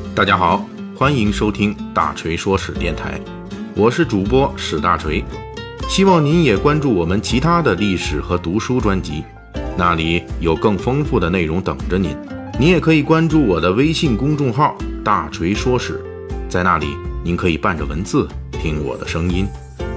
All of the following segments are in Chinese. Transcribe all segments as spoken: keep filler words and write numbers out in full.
大家好，欢迎收听大锤说史电台，我是主播史大锤，希望您也关注我们其他的历史和读书专辑，那里有更丰富的内容等着您。您也可以关注我的微信公众号大锤说史，在那里您可以伴着文字听我的声音。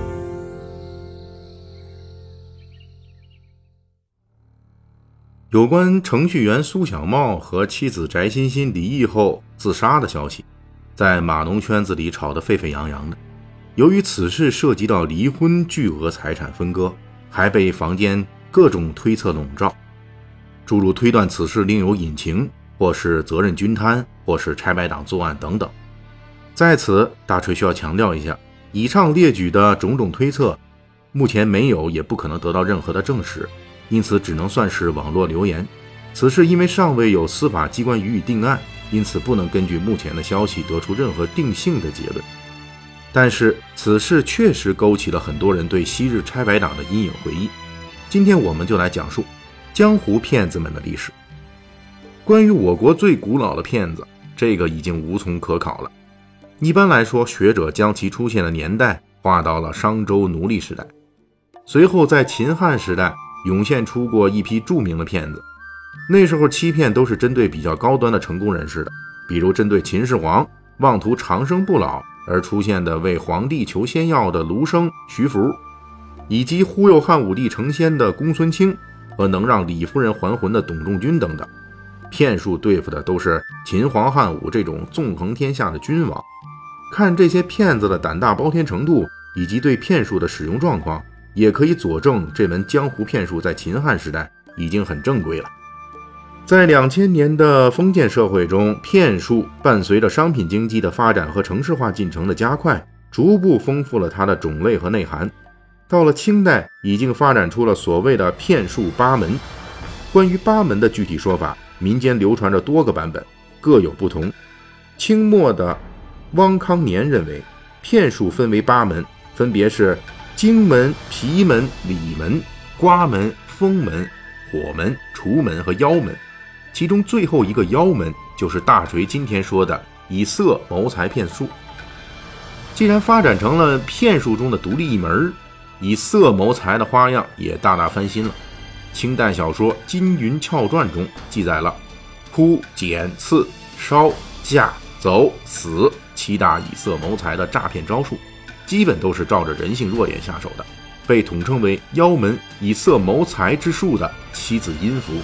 有关程序员苏小茂和妻子翟欣欣离异后自杀的消息，在码农圈子里吵得沸沸扬扬的。由于此事涉及到离婚、巨额财产分割，还被坊间各种推测笼罩，诸如推断此事另有隐情，或是责任均摊，或是拆白党作案等等。在此，大锤需要强调一下，以上列举的种种推测，目前没有也不可能得到任何的证实，因此只能算是网络流言。此事因为尚未有司法机关予以定案，因此不能根据目前的消息得出任何定性的结论。但是此事确实勾起了很多人对昔日拆白党的阴影回忆。今天我们就来讲述江湖骗子们的历史。关于我国最古老的骗子，这个已经无从可考了。一般来说，学者将其出现的年代划到了商周奴隶时代，随后在秦汉时代涌现出过一批著名的骗子。那时候欺骗都是针对比较高端的成功人士的，比如针对秦始皇妄图长生不老而出现的为皇帝求仙药的卢生、徐福，以及忽悠汉武帝成仙的公孙卿和能让李夫人还魂的董仲军等等。骗术对付的都是秦皇汉武这种纵横天下的君王。看这些骗子的胆大包天程度以及对骗术的使用状况，也可以佐证这门江湖骗术在秦汉时代已经很正规了。在两千年的封建社会中，骗术伴随着商品经济的发展和城市化进程的加快，逐步丰富了它的种类和内涵。到了清代，已经发展出了所谓的骗术八门。关于八门的具体说法，民间流传着多个版本，各有不同。清末的汪康年认为，骗术分为八门，分别是荆门、皮门、里门、瓜门、风门、火门、除门和妖门。其中最后一个妖门就是大锤今天说的以色谋财骗术。既然发展成了骗术中的独立一门，以色谋财的花样也大大翻新了。清代小说《金云翘传》中记载了扑、剪、刺、烧、架、走、死七大以色谋财的诈骗招数，基本都是照着人性弱点下手的，被统称为妖门以色谋财之术的七字音符。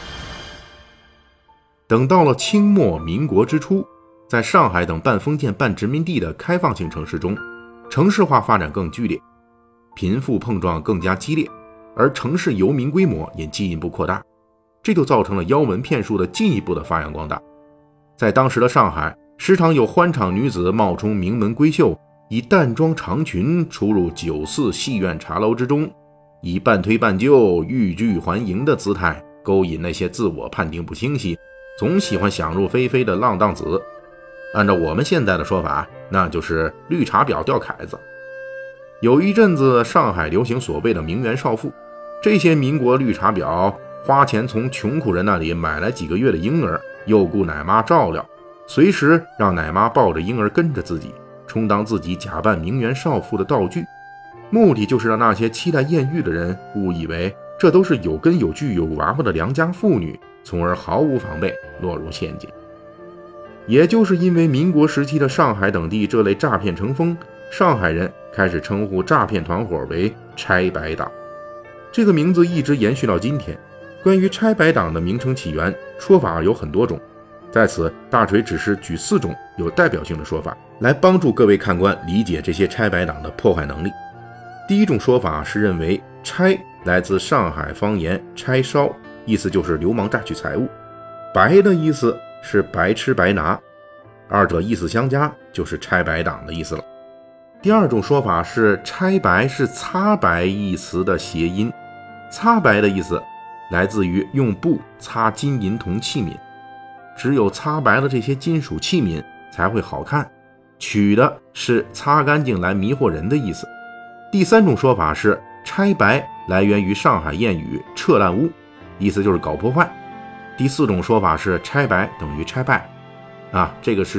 等到了清末民国之初，在上海等半封建半殖民地的开放性城市中，城市化发展更剧烈，贫富碰撞更加激烈，而城市游民规模也进一步扩大，这就造成了妖门骗术的进一步的发扬光大。在当时的上海，时常有欢场女子冒充名门闺秀，以淡妆长裙出入酒肆、戏院、茶楼之中，以半推半就、欲拒还迎的姿态勾引那些自我判定不清晰、总喜欢想入非非的浪荡子。按照我们现在的说法，那就是绿茶婊钓凯子。有一阵子上海流行所谓的名媛少妇，这些民国绿茶婊花钱从穷苦人那里买来几个月的婴儿，诱雇奶妈照料，随时让奶妈抱着婴儿跟着自己，充当自己假扮名媛少妇的道具，目的就是让那些期待艳遇的人误以为这都是有根有据有娃娃的良家妇女，从而毫无防备落入陷阱。也就是因为民国时期的上海等地这类诈骗成风，上海人开始称呼诈骗团伙为拆白党，这个名字一直延续到今天。关于拆白党的名称起源，说法有很多种，在此大锤只是举四种有代表性的说法，来帮助各位看官理解这些拆白党的破坏能力。第一种说法是认为拆来自上海方言拆烧，意思就是流氓榨取财物，白的意思是白吃白拿，二者意思相加，就是拆白党的意思了。第二种说法是拆白是擦白一词的谐音，擦白的意思来自于用布擦金银铜器皿，只有擦白了这些金属器皿才会好看，取的是擦干净来迷惑人的意思。第三种说法是拆白来源于上海谚语撤烂屋，意思就是搞破坏。第四种说法是拆白等于拆败啊，这个是说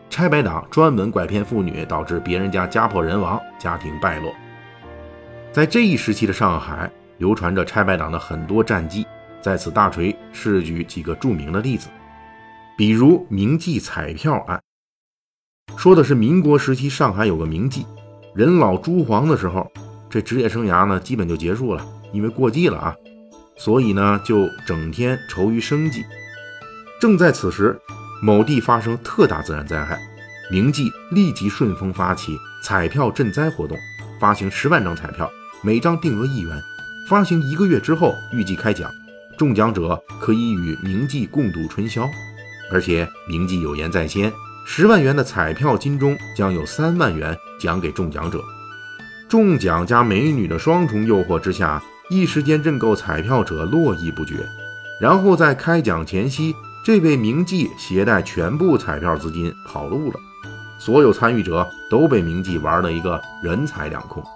拆白党专门拐骗妇女，导致别人家家破人亡，家庭败落。在这一时期的上海，流传着拆白党的很多战绩，在此大锤试举几个著名的例子，比如名记彩票案。说的是民国时期上海有个名记，人老珠黄的时候，这职业生涯呢基本就结束了，因为过继了啊，所以呢就整天愁于生计。正在此时，某地发生特大自然灾害，名记立即顺风发起彩票赈灾活动，发行十万张彩票，每张定额一元，发行一个月之后预计开奖，中奖者可以与名记共度春宵。而且名记有言在先，十万元的彩票金中将有三万元奖给中奖者。中奖加美女的双重诱惑之下，一时间认购彩票者络绎不绝。然后在开奖前夕，这位名记携带全部彩票资金跑路了，所有参与者都被名记玩了一个人财两空。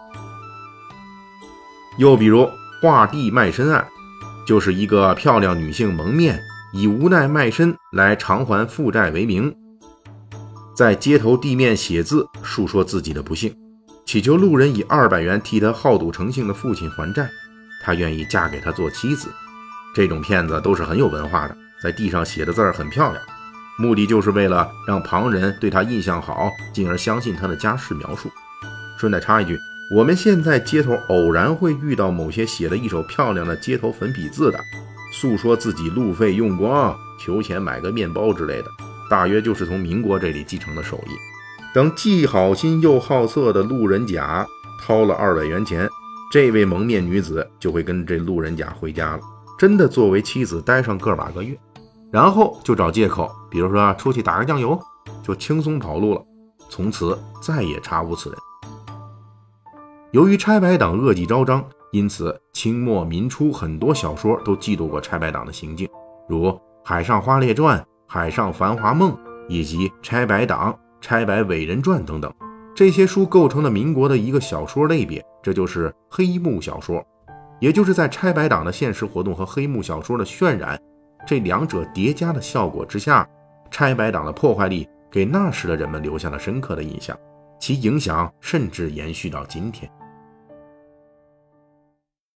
又比如画地卖身案，就是一个漂亮女性蒙面，以无奈卖身来偿还负债为名，在街头地面写字述说自己的不幸，祈求路人以二百元替他好赌成性的父亲还债，他愿意嫁给他做妻子。这种骗子都是很有文化的，在地上写的字儿很漂亮，目的就是为了让旁人对他印象好，进而相信他的家世描述。顺带插一句，我们现在街头偶然会遇到某些写了一手漂亮的街头粉笔字的，诉说自己路费用光，求钱买个面包之类的，大约就是从民国这里继承的手艺。等既好心又好色的路人甲掏了二百元钱，这位蒙面女子就会跟这路人甲回家了，真的作为妻子待上个把个月，然后就找借口，比如说出去打个酱油，就轻松跑路了，从此再也查无此人。由于拆白党恶迹昭彰，因此清末民初很多小说都记录过拆白党的行径，如《海上花列传》《海上繁华梦》以及《拆白党》《拆白伟人传》等等。这些书构成了民国的一个小说类别，这就是黑幕小说。也就是在拆白党的现实活动和黑幕小说的渲染这两者叠加的效果之下，拆白党的破坏力给那时的人们留下了深刻的印象，其影响甚至延续到今天。